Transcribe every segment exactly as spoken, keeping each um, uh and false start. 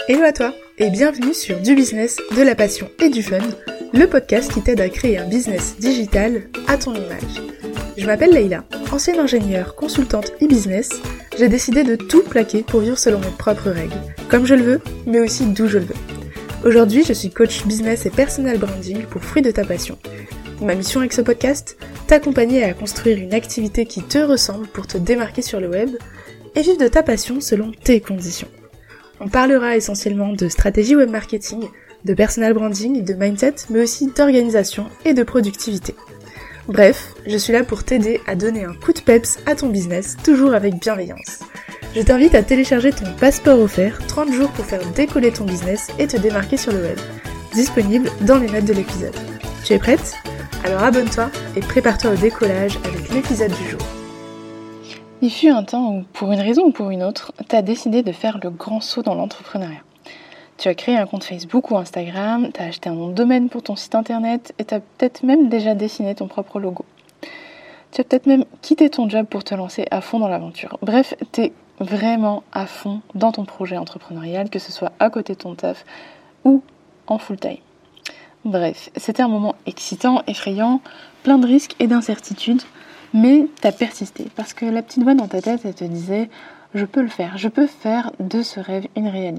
Hello à toi et bienvenue sur Du business, de la passion et du fun, le podcast qui t'aide à créer un business digital à ton image. Je m'appelle Leïla, ancienne ingénieure, consultante e-business. J'ai décidé de tout plaquer pour vivre selon mes propres règles, comme je le veux, mais aussi d'où je le veux. Aujourd'hui, je suis coach business et personal branding pour Fruit de ta passion. Ma mission avec ce podcast, t'accompagner à construire une activité qui te ressemble pour te démarquer sur le web et vivre de ta passion selon tes conditions. On parlera essentiellement de stratégie web marketing, de personal branding, de mindset, mais aussi d'organisation et de productivité. Bref, je suis là pour t'aider à donner un coup de peps à ton business, toujours avec bienveillance. Je t'invite à télécharger ton passeport offert, trente jours pour faire décoller ton business et te démarquer sur le web. Disponible dans les notes de l'épisode. Tu es prête ? Alors abonne-toi et prépare-toi au décollage avec l'épisode du jour. Il fut un temps où, pour une raison ou pour une autre, tu as décidé de faire le grand saut dans l'entrepreneuriat. Tu as créé un compte Facebook ou Instagram, tu as acheté un nom de domaine pour ton site internet et tu as peut-être même déjà dessiné ton propre logo. Tu as peut-être même quitté ton job pour te lancer à fond dans l'aventure. Bref, tu es vraiment à fond dans ton projet entrepreneurial, que ce soit à côté de ton taf ou en full-time. Bref, c'était un moment excitant, effrayant, plein de risques et d'incertitudes. Mais t'as persisté, parce que la petite voix dans ta tête, elle te disait « Je peux le faire, je peux faire de ce rêve une réalité ».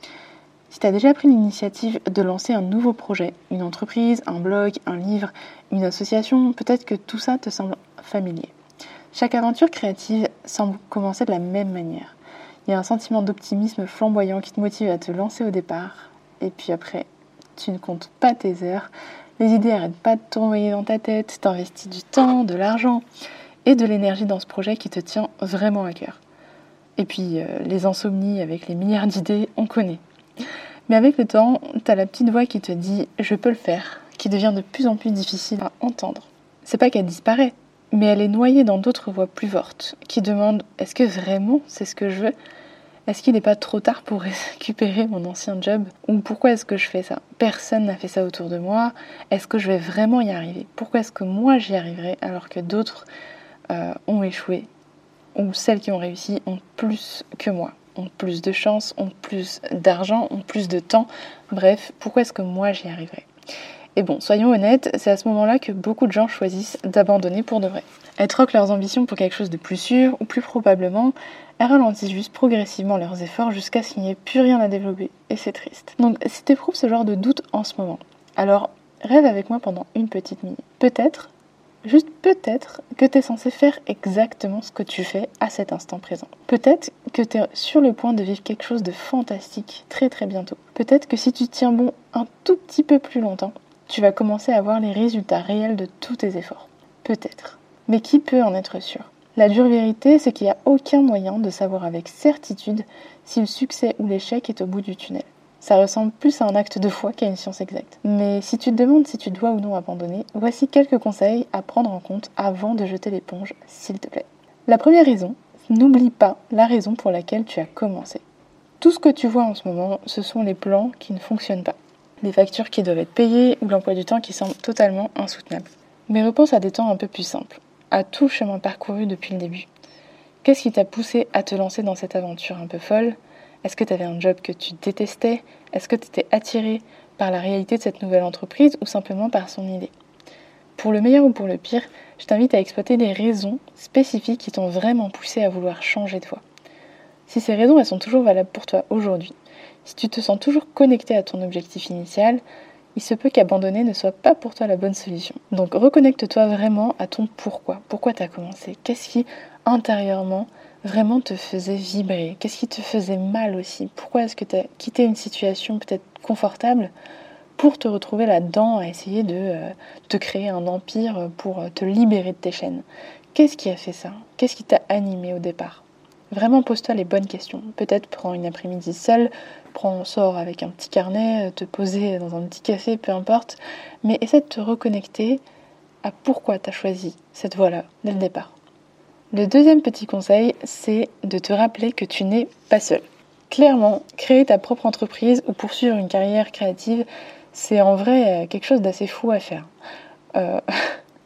Si t'as déjà pris l'initiative de lancer un nouveau projet, une entreprise, un blog, un livre, une association, peut-être que tout ça te semble familier. Chaque aventure créative semble commencer de la même manière. Il y a un sentiment d'optimisme flamboyant qui te motive à te lancer au départ, et puis après, tu ne comptes pas tes heures. Les idées n'arrêtent pas de tournoyer dans ta tête, t'investis du temps, de l'argent et de l'énergie dans ce projet qui te tient vraiment à cœur. Et puis, euh, les insomnies avec les milliards d'idées, on connaît. Mais avec le temps, t'as la petite voix qui te dit « je peux le faire », qui devient de plus en plus difficile à entendre. C'est pas qu'elle disparaît, mais elle est noyée dans d'autres voix plus fortes, qui demandent « est-ce que vraiment c'est ce que je veux ? Est-ce qu'il n'est pas trop tard pour récupérer mon ancien job ? Ou pourquoi est-ce que je fais ça ? Personne n'a fait ça autour de moi. Est-ce que je vais vraiment y arriver ? Pourquoi est-ce que moi j'y arriverai alors que d'autres euh, ont échoué ? Ou celles qui ont réussi ont plus que moi, ont plus de chance, ont plus d'argent, ont plus de temps. Bref, pourquoi est-ce que moi j'y arriverai ? Et bon, soyons honnêtes, c'est à ce moment-là que beaucoup de gens choisissent d'abandonner pour de vrai. Elles troquent leurs ambitions pour quelque chose de plus sûr, ou plus probablement, elles ralentissent juste progressivement leurs efforts jusqu'à ce qu'il n'y ait plus rien à développer. Et c'est triste. Donc, si tu éprouves ce genre de doute en ce moment, alors rêve avec moi pendant une petite minute. Peut-être, juste peut-être, que tu es censé faire exactement ce que tu fais à cet instant présent. Peut-être que tu es sur le point de vivre quelque chose de fantastique très très bientôt. Peut-être que si tu tiens bon un tout petit peu plus longtemps, tu vas commencer à voir les résultats réels de tous tes efforts. Peut-être. Mais qui peut en être sûr ? La dure vérité, c'est qu'il n'y a aucun moyen de savoir avec certitude si le succès ou l'échec est au bout du tunnel. Ça ressemble plus à un acte de foi qu'à une science exacte. Mais si tu te demandes si tu dois ou non abandonner, voici quelques conseils à prendre en compte avant de jeter l'éponge, s'il te plaît. La première raison, n'oublie pas la raison pour laquelle tu as commencé. Tout ce que tu vois en ce moment, ce sont les plans qui ne fonctionnent pas. Les factures qui doivent être payées ou l'emploi du temps qui semble totalement insoutenable. Mais repense à des temps un peu plus simples, à tout le chemin parcouru depuis le début. Qu'est-ce qui t'a poussé à te lancer dans cette aventure un peu folle ? Est-ce que tu avais un job que tu détestais ? Est-ce que tu étais attiré par la réalité de cette nouvelle entreprise ou simplement par son idée ? Pour le meilleur ou pour le pire, je t'invite à exploiter les raisons spécifiques qui t'ont vraiment poussé à vouloir changer de voie. Si ces raisons elles sont toujours valables pour toi aujourd'hui, si tu te sens toujours connecté à ton objectif initial, il se peut qu'abandonner ne soit pas pour toi la bonne solution. Donc reconnecte-toi vraiment à ton pourquoi. Pourquoi tu as commencé ? Qu'est-ce qui, intérieurement, vraiment te faisait vibrer ? Qu'est-ce qui te faisait mal aussi ? Pourquoi est-ce que tu as quitté une situation peut-être confortable pour te retrouver là-dedans à essayer de euh, te créer un empire pour te libérer de tes chaînes ? Qu'est-ce qui a fait ça ? Qu'est-ce qui t'a animé au départ ? Vraiment, pose-toi les bonnes questions. Peut-être prends une après-midi seule, prends, sors avec un petit carnet, te poser dans un petit café, peu importe. Mais essaie de te reconnecter à pourquoi tu as choisi cette voie-là dès le départ. Le deuxième petit conseil, c'est de te rappeler que tu n'es pas seul. Clairement, créer ta propre entreprise ou poursuivre une carrière créative, c'est en vrai quelque chose d'assez fou à faire. Euh,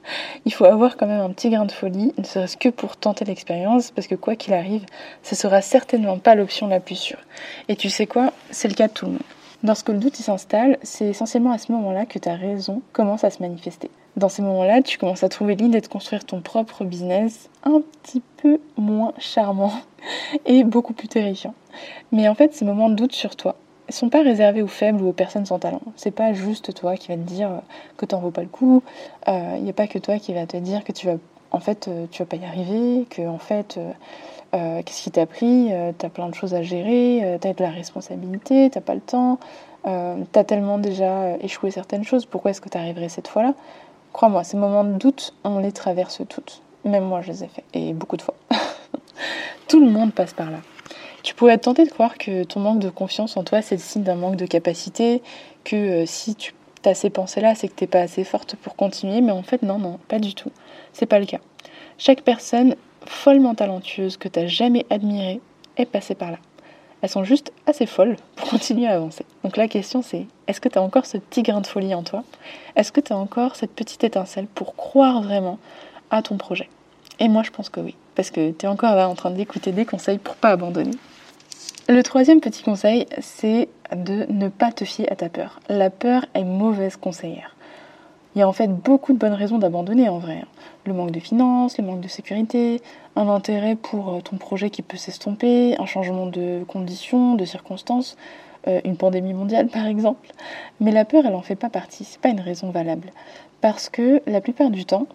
Il faut avoir quand même un petit grain de folie, ne serait-ce que pour tenter l'expérience, parce que quoi qu'il arrive, ce sera certainement pas l'option la plus sûre. Et tu sais quoi, c'est le cas de tout le monde. Lorsque le doute s'installe, c'est essentiellement à ce moment-là que ta raison commence à se manifester. Dans ces moments-là, tu commences à trouver l'idée de construire ton propre business un petit peu moins charmant et beaucoup plus terrifiant. Mais en fait, ces moments de doute sur toi ne sont pas réservés aux faibles ou aux personnes sans talent. C'est pas juste toi qui va te dire que t'en vaux pas le coup. Il euh, n'y a pas que toi qui va te dire que tu vas, en fait, euh, tu vas pas y arriver, que en fait, euh, euh, qu'est-ce qui t'a pris, euh, t'as plein de choses à gérer, euh, t'as de la responsabilité, t'as pas le temps, euh, t'as tellement déjà échoué certaines choses. Pourquoi est-ce que t'arriverais cette fois-là ? Crois-moi, ces moments de doute, on les traverse toutes. Même moi, je les ai faits, et beaucoup de fois. Tout le monde passe par là. Tu pourrais être tenté de croire que ton manque de confiance en toi, c'est le signe d'un manque de capacité, que euh, si tu as ces pensées-là, c'est que t'es pas assez forte pour continuer, mais en fait, non, non, pas du tout. C'est pas le cas. Chaque personne follement talentueuse que t'as jamais admirée est passée par là. Elles sont juste assez folles pour continuer à avancer. Donc la question c'est, est-ce que tu as encore ce petit grain de folie en toi ? Est-ce que tu as encore cette petite étincelle pour croire vraiment à ton projet ? Et moi je pense que oui, parce que tu es encore là en train d'écouter des conseils pour pas abandonner. Le troisième petit conseil, c'est de ne pas te fier à ta peur. La peur est mauvaise conseillère. Il y a en fait beaucoup de bonnes raisons d'abandonner en vrai. Le manque de finances, le manque de sécurité, un intérêt pour ton projet qui peut s'estomper, un changement de conditions, de circonstances, euh, une pandémie mondiale par exemple. Mais la peur, elle n'en fait pas partie, c'est pas une raison valable. Parce que la plupart du temps,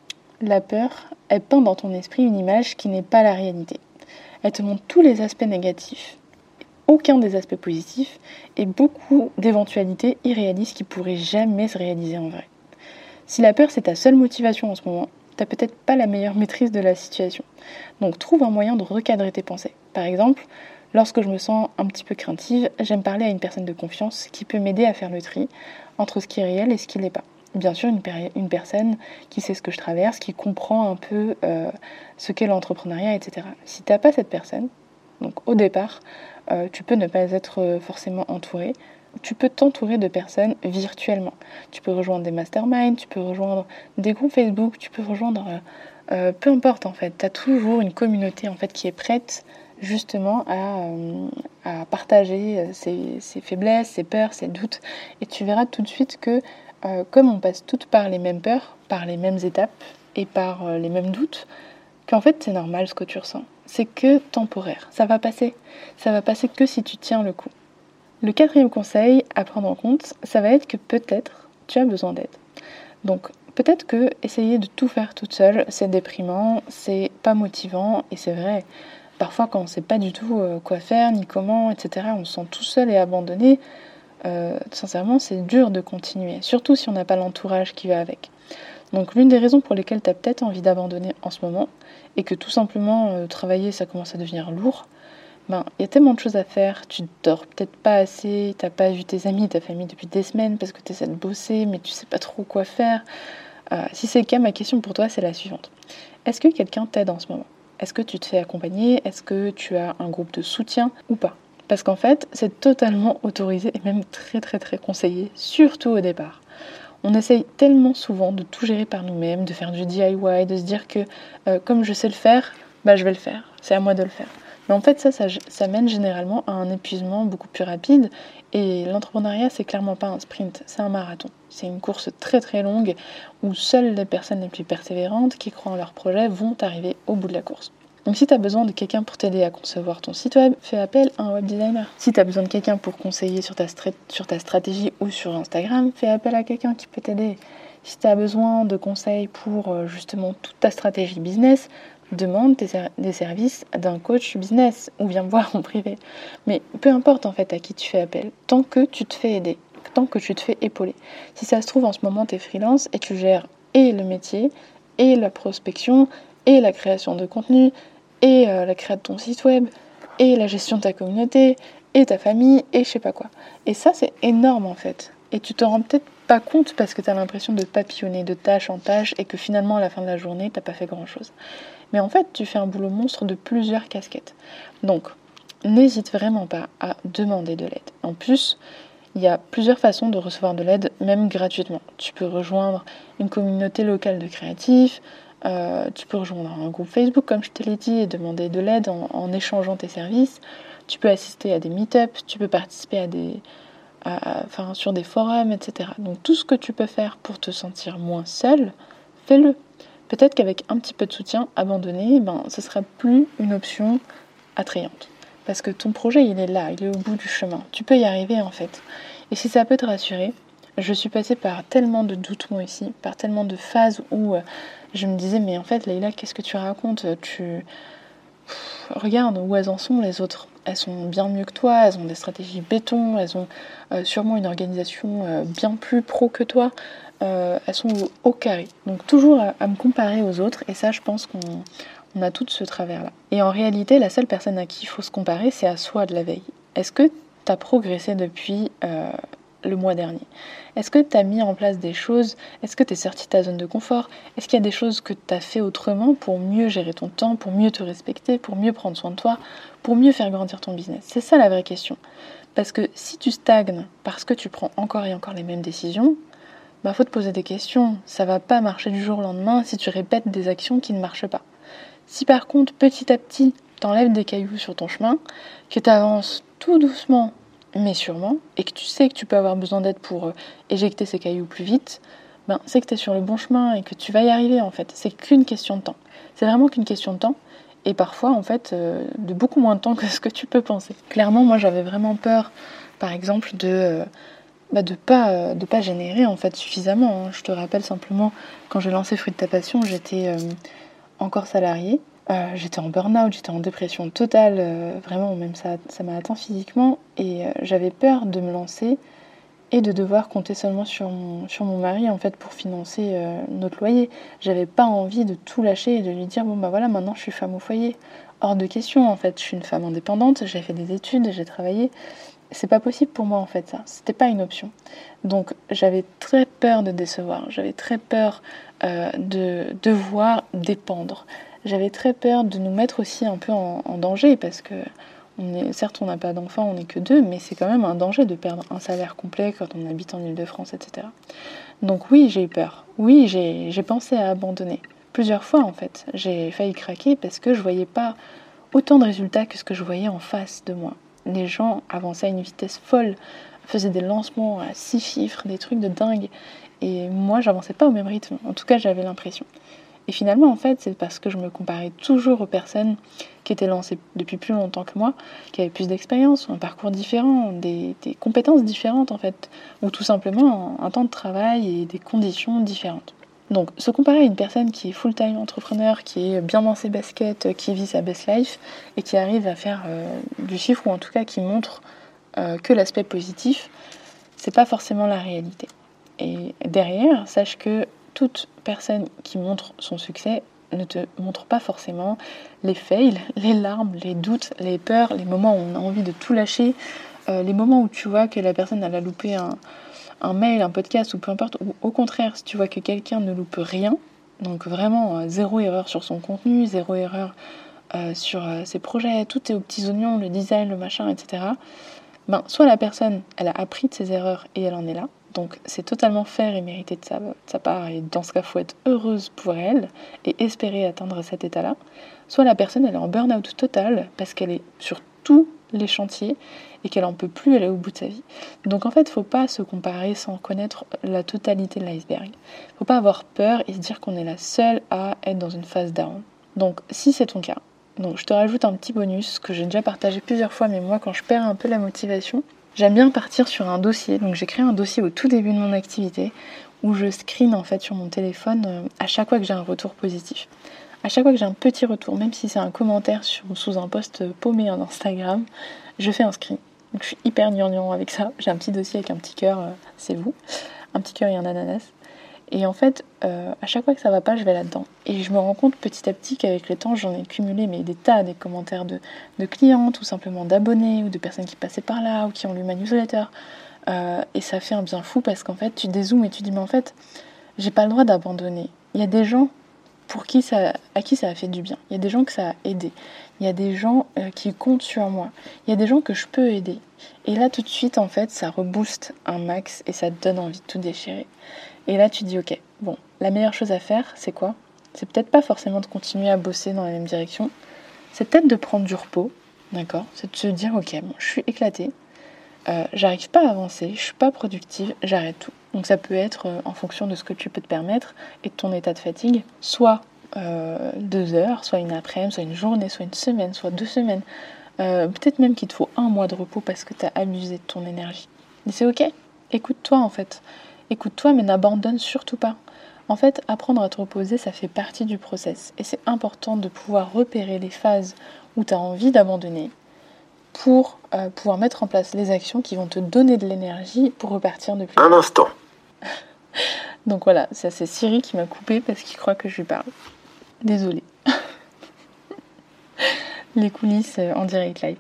la peur, elle peint dans ton esprit une image qui n'est pas la réalité. Elle te montre tous les aspects négatifs, aucun des aspects positifs, et beaucoup d'éventualités irréalistes qui pourraient jamais se réaliser en vrai. Si la peur c'est ta seule motivation en ce moment, t'as peut-être pas la meilleure maîtrise de la situation. Donc trouve un moyen de recadrer tes pensées. Par exemple, lorsque je me sens un petit peu craintive, j'aime parler à une personne de confiance qui peut m'aider à faire le tri entre ce qui est réel et ce qui l'est pas. Bien sûr, une, péri- une personne qui sait ce que je traverse, qui comprend un peu euh, ce qu'est l'entrepreneuriat, et cetera. Si t'as pas cette personne, donc au départ, euh, tu peux ne pas être forcément entouré. Tu peux t'entourer de personnes virtuellement. Tu peux rejoindre des masterminds, tu peux rejoindre des groupes Facebook, tu peux rejoindre... Euh, euh, peu importe en fait, tu as toujours une communauté en fait qui est prête justement à, euh, à partager ses, ses faiblesses, ses peurs, ses doutes. Et tu verras tout de suite que euh, comme on passe toutes par les mêmes peurs, par les mêmes étapes et par euh, les mêmes doutes, qu'en fait c'est normal ce que tu ressens. C'est que temporaire, ça va passer. Ça va passer que si tu tiens le coup. Le quatrième conseil à prendre en compte, ça va être que peut-être tu as besoin d'aide. Donc peut-être que essayer de tout faire toute seule, c'est déprimant, c'est pas motivant, et c'est vrai. Parfois quand on sait pas du tout quoi faire, ni comment, et cetera, on se sent tout seul et abandonné. Euh, sincèrement, c'est dur de continuer, surtout si on n'a pas l'entourage qui va avec. Donc l'une des raisons pour lesquelles tu as peut-être envie d'abandonner en ce moment, et que tout simplement euh, travailler ça commence à devenir lourd, ben, il y a tellement de choses à faire, tu dors peut-être pas assez, t'as pas vu tes amis, ta famille depuis des semaines parce que tu essaies de bosser, mais tu sais pas trop quoi faire. Euh, si c'est le cas, ma question pour toi, c'est la suivante. Est-ce que quelqu'un t'aide en ce moment ? Est-ce que tu te fais accompagner ? Est-ce que tu as un groupe de soutien ou pas ? Parce qu'en fait, c'est totalement autorisé et même très très très conseillé, surtout au départ. On essaye tellement souvent de tout gérer par nous-mêmes, de faire du D I Y, de se dire que euh, comme je sais le faire, bah, je vais le faire, c'est à moi de le faire. Mais en fait, ça, ça, ça mène généralement à un épuisement beaucoup plus rapide. Et l'entrepreneuriat, c'est clairement pas un sprint, c'est un marathon. C'est une course très très longue où seules les personnes les plus persévérantes qui croient en leur projet vont arriver au bout de la course. Donc si tu as besoin de quelqu'un pour t'aider à concevoir ton site web, fais appel à un web designer. Si tu as besoin de quelqu'un pour conseiller sur ta, strat- sur ta stratégie ou sur Instagram, fais appel à quelqu'un qui peut t'aider. Si tu as besoin de conseils pour euh, justement toute ta stratégie business, demande des, ser- des services d'un coach business ou viens me voir en privé. Mais peu importe en fait à qui tu fais appel, tant que tu te fais aider, tant que tu te fais épauler. Si ça se trouve en ce moment tu es freelance et tu gères et le métier, et la prospection, et la création de contenu, et euh, la création de ton site web, et la gestion de ta communauté, et ta famille, et je sais pas quoi. Et ça c'est énorme en fait. Et tu te rends peut-être pas compte parce que tu as l'impression de papillonner de tâche en tâche et que finalement à la fin de la journée t'as pas fait grand chose. Mais en fait tu fais un boulot monstre de plusieurs casquettes. Donc n'hésite vraiment pas à demander de l'aide. En plus, Il y a plusieurs façons de recevoir de l'aide, même gratuitement. Tu peux rejoindre une communauté locale de créatifs, euh, tu peux rejoindre un groupe Facebook, comme je te l'ai dit, et demander de l'aide en, en échangeant tes services. Tu peux assister à des meet-ups, tu peux participer à des, à, enfin, sur des forums, et cetera. Donc tout ce que tu peux faire pour te sentir moins seul, fais-le. Peut-être qu'avec un petit peu de soutien, abandonner, ben, ce sera plus une option attrayante. Parce que ton projet, il est là, il est au bout du chemin. Tu peux y arriver en fait. Et si ça peut te rassurer, je suis passée par tellement de doutes moi aussi, par tellement de phases où euh, je me disais, mais en fait, Leïla, qu'est-ce que tu racontes ? Tu... Pff, regarde où elles en sont les autres. Elles sont bien mieux que toi, elles ont des stratégies béton, elles ont euh, sûrement une organisation euh, bien plus pro que toi. Euh, elles sont au, au carré. Donc toujours à, à me comparer aux autres. Et ça, je pense qu'on... On a tout ce travers-là. Et en réalité, la seule personne à qui il faut se comparer, c'est à soi de la veille. Est-ce que tu as progressé depuis euh, le mois dernier ? Est-ce que tu as mis en place des choses ? Est-ce que tu es sorti de ta zone de confort ? Est-ce qu'il y a des choses que tu as fait autrement pour mieux gérer ton temps, pour mieux te respecter, pour mieux prendre soin de toi, pour mieux faire grandir ton business ? C'est ça la vraie question. Parce que si tu stagnes parce que tu prends encore et encore les mêmes décisions, bah faut te poser des questions. Ça va pas marcher du jour au lendemain si tu répètes des actions qui ne marchent pas. Si par contre, petit à petit, t'enlèves des cailloux sur ton chemin, que tu avances tout doucement, mais sûrement, et que tu sais que tu peux avoir besoin d'aide pour euh, éjecter ces cailloux plus vite, ben, c'est que tu es sur le bon chemin et que tu vas y arriver en fait. C'est qu'une question de temps. C'est vraiment qu'une question de temps, et parfois en fait, euh, de beaucoup moins de temps que ce que tu peux penser. Clairement, moi j'avais vraiment peur, par exemple, de... Euh, Bah de pas euh, de pas générer en fait suffisamment. Hein. Je te rappelle simplement, quand j'ai lancé Fruit de ta passion, j'étais euh, encore salariée. Euh, j'étais en burn-out, j'étais en dépression totale, euh, vraiment, même ça, ça m'a atteint physiquement. Et euh, j'avais peur de me lancer et de devoir compter seulement sur mon, sur mon mari, en fait, pour financer euh, notre loyer. J'avais pas envie de tout lâcher et de lui dire, bon bah voilà, maintenant je suis femme au foyer. Hors de question, en fait, je suis une femme indépendante, j'ai fait des études, j'ai travaillé. C'est pas possible pour moi, en fait, ça. C'était pas une option. Donc, j'avais très peur de décevoir. J'avais très peur euh, de devoir dépendre. J'avais très peur de nous mettre aussi un peu en, en danger parce que, on est, certes, on n'a pas d'enfants, on n'est que deux, mais c'est quand même un danger de perdre un salaire complet quand on habite en Île-de-France, et cetera. Donc oui, j'ai eu peur. Oui, j'ai, j'ai pensé à abandonner. Plusieurs fois, en fait. J'ai failli craquer parce que je voyais pas autant de résultats que ce que je voyais en face de moi. Les gens avançaient à une vitesse folle, faisaient des lancements à six chiffres, des trucs de dingue. Et moi, j'avançais pas au même rythme. En tout cas, j'avais l'impression. Et finalement, en fait, c'est parce que je me comparais toujours aux personnes qui étaient lancées depuis plus longtemps que moi, qui avaient plus d'expérience, un parcours différent, des, des compétences différentes, en fait, ou tout simplement un temps de travail et des conditions différentes. Donc, se comparer à une personne qui est full-time entrepreneur, qui est bien dans ses baskets, qui vit sa best life et qui arrive à faire euh, du chiffre, ou en tout cas qui montre euh, que l'aspect positif, c'est pas forcément la réalité. Et derrière, sache que toute personne qui montre son succès ne te montre pas forcément les fails, les larmes, les doutes, les peurs, les moments où on a envie de tout lâcher, euh, les moments où tu vois que la personne elle a loupé un, un mail, un podcast ou peu importe, ou au contraire, si tu vois que quelqu'un ne loupe rien, donc vraiment euh, zéro erreur sur son contenu, zéro erreur euh, sur euh, ses projets, tout est aux petits oignons, le design, le machin, et cetera. Ben, soit la personne, elle a appris de ses erreurs et elle en est là, donc c'est totalement faire et mériter de sa, de sa part, et dans ce cas, il faut être heureuse pour elle et espérer atteindre cet état-là. Soit la personne, elle est en burn-out total parce qu'elle est sur tous les chantiers et qu'elle en peut plus aller au bout de sa vie. Donc en fait, il ne faut pas se comparer sans connaître la totalité de l'iceberg. Il ne faut pas avoir peur et se dire qu'on est la seule à être dans une phase down. Donc si c'est ton cas, donc je te rajoute un petit bonus que j'ai déjà partagé plusieurs fois, mais moi quand je perds un peu la motivation, j'aime bien partir sur un dossier. Donc j'ai créé un dossier au tout début de mon activité où je screen en fait sur mon téléphone euh, à chaque fois que j'ai un retour positif. À chaque fois que j'ai un petit retour, même si c'est un commentaire sur, sous un post paumé en Instagram, je fais un screen. Donc je suis hyper gnangnan avec ça. J'ai un petit dossier avec un petit cœur, euh, c'est vous, un petit cœur et un ananas. Et en fait, euh, à chaque fois que ça va pas, je vais là-dedans. Et je me rends compte petit à petit qu'avec le temps, j'en ai cumulé mais des tas, des commentaires de, de clients, tout simplement d'abonnés, ou de personnes qui passaient par là, ou qui ont lu ma newsletter. Euh, et ça fait un bien fou parce qu'en fait, tu dézoomes et tu dis, mais en fait, j'ai pas le droit d'abandonner. Il y a des gens pour qui ça, à qui ça a fait du bien. Il y a des gens que ça a aidé. Il y a des gens euh, qui comptent sur moi. Il y a des gens que je peux aider. Et là, tout de suite, en fait, ça rebooste un max et ça te donne envie de tout déchirer. Et là, tu dis, ok, bon, la meilleure chose à faire, c'est quoi ? C'est peut-être pas forcément de continuer à bosser dans la même direction. C'est peut-être de prendre du repos, d'accord ? C'est de se dire, ok, bon, je suis éclatée. Euh, j'arrive pas à avancer, je suis pas productive, j'arrête tout. Donc ça peut être euh, en fonction de ce que tu peux te permettre et de ton état de fatigue, soit euh, deux heures, soit une après-midi, soit une journée, soit une semaine, soit deux semaines. Euh, peut-être même qu'il te faut un mois de repos parce que tu as abusé de ton énergie. Mais c'est ok, écoute-toi en fait. Écoute-toi mais n'abandonne surtout pas. En fait, apprendre à te reposer, ça fait partie du process. Et c'est important de pouvoir repérer les phases où tu as envie d'abandonner pour euh, pouvoir mettre en place les actions qui vont te donner de l'énergie pour repartir de plus. Un instant. Donc voilà, ça c'est Siri qui m'a coupé parce qu'il croit que je lui parle. Désolée. Les coulisses en direct live.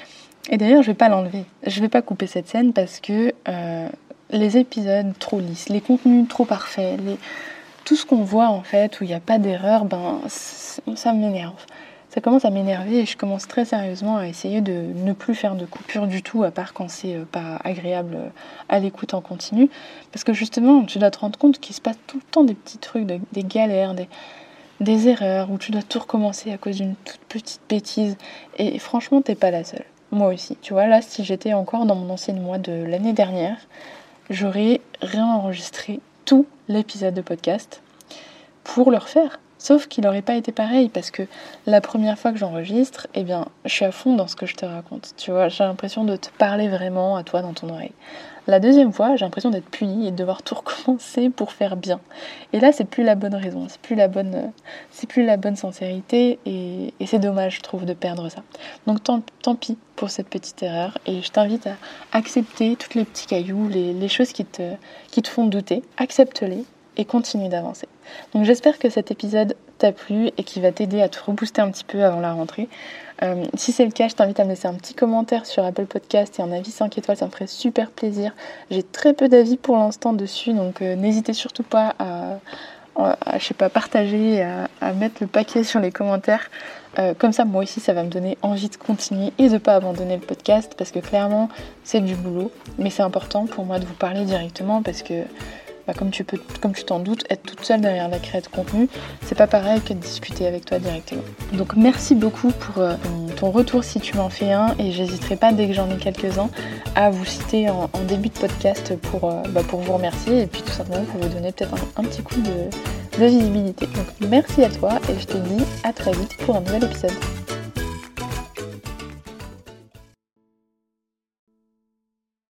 Et d'ailleurs, je vais pas l'enlever. Je vais pas couper cette scène parce que euh, les épisodes trop lisses, les contenus trop parfaits, les... tout ce qu'on voit en fait où il n'y a pas d'erreur, ben ça m'énerve. Ça commence à m'énerver et je commence très sérieusement à essayer de ne plus faire de coupure du tout, à part quand c'est pas agréable à l'écoute en continu. Parce que justement, tu dois te rendre compte qu'il se passe tout le temps des petits trucs, des galères, des, des erreurs, où tu dois tout recommencer à cause d'une toute petite bêtise. Et franchement, t'es pas la seule. Moi aussi. Tu vois, là, si j'étais encore dans mon ancienne moi de l'année dernière, j'aurais réenregistré tout l'épisode de podcast pour le refaire. Sauf qu'il n'aurait pas été pareil parce que la première fois que j'enregistre, eh bien, je suis à fond dans ce que je te raconte. Tu vois, j'ai l'impression de te parler vraiment à toi dans ton oreille. La deuxième fois, j'ai l'impression d'être punie et de devoir tout recommencer pour faire bien. Et là, c'est plus la bonne raison, c'est plus la bonne, c'est plus la bonne sincérité et, et c'est dommage, je trouve, de perdre ça. Donc tant, tant pis pour cette petite erreur et je t'invite à accepter tous les petits cailloux, les, les choses qui te, qui te font douter. Accepte-les et continue d'avancer. Donc j'espère que cet épisode t'a plu et qu'il va t'aider à te rebooster un petit peu avant la rentrée. Euh, si c'est le cas, je t'invite à me laisser un petit commentaire sur Apple Podcast et un avis cinq étoiles, ça me ferait super plaisir. J'ai très peu d'avis pour l'instant dessus, donc euh, n'hésitez surtout pas à, à, à je sais pas, partager, à, à mettre le paquet sur les commentaires. Euh, comme ça, moi aussi, ça va me donner envie de continuer et de ne pas abandonner le podcast parce que clairement, c'est du boulot. Mais c'est important pour moi de vous parler directement parce que Bah, comme tu peux, comme tu t'en doutes, être toute seule derrière la création de contenu, c'est pas pareil que de discuter avec toi directement. Donc merci beaucoup pour euh, ton retour si tu m'en fais un et j'hésiterai pas dès que j'en ai quelques-uns à vous citer en, en début de podcast pour, euh, bah, pour vous remercier et puis tout simplement pour vous donner peut-être un, un petit coup de, de visibilité. Donc merci à toi et je te dis à très vite pour un nouvel épisode.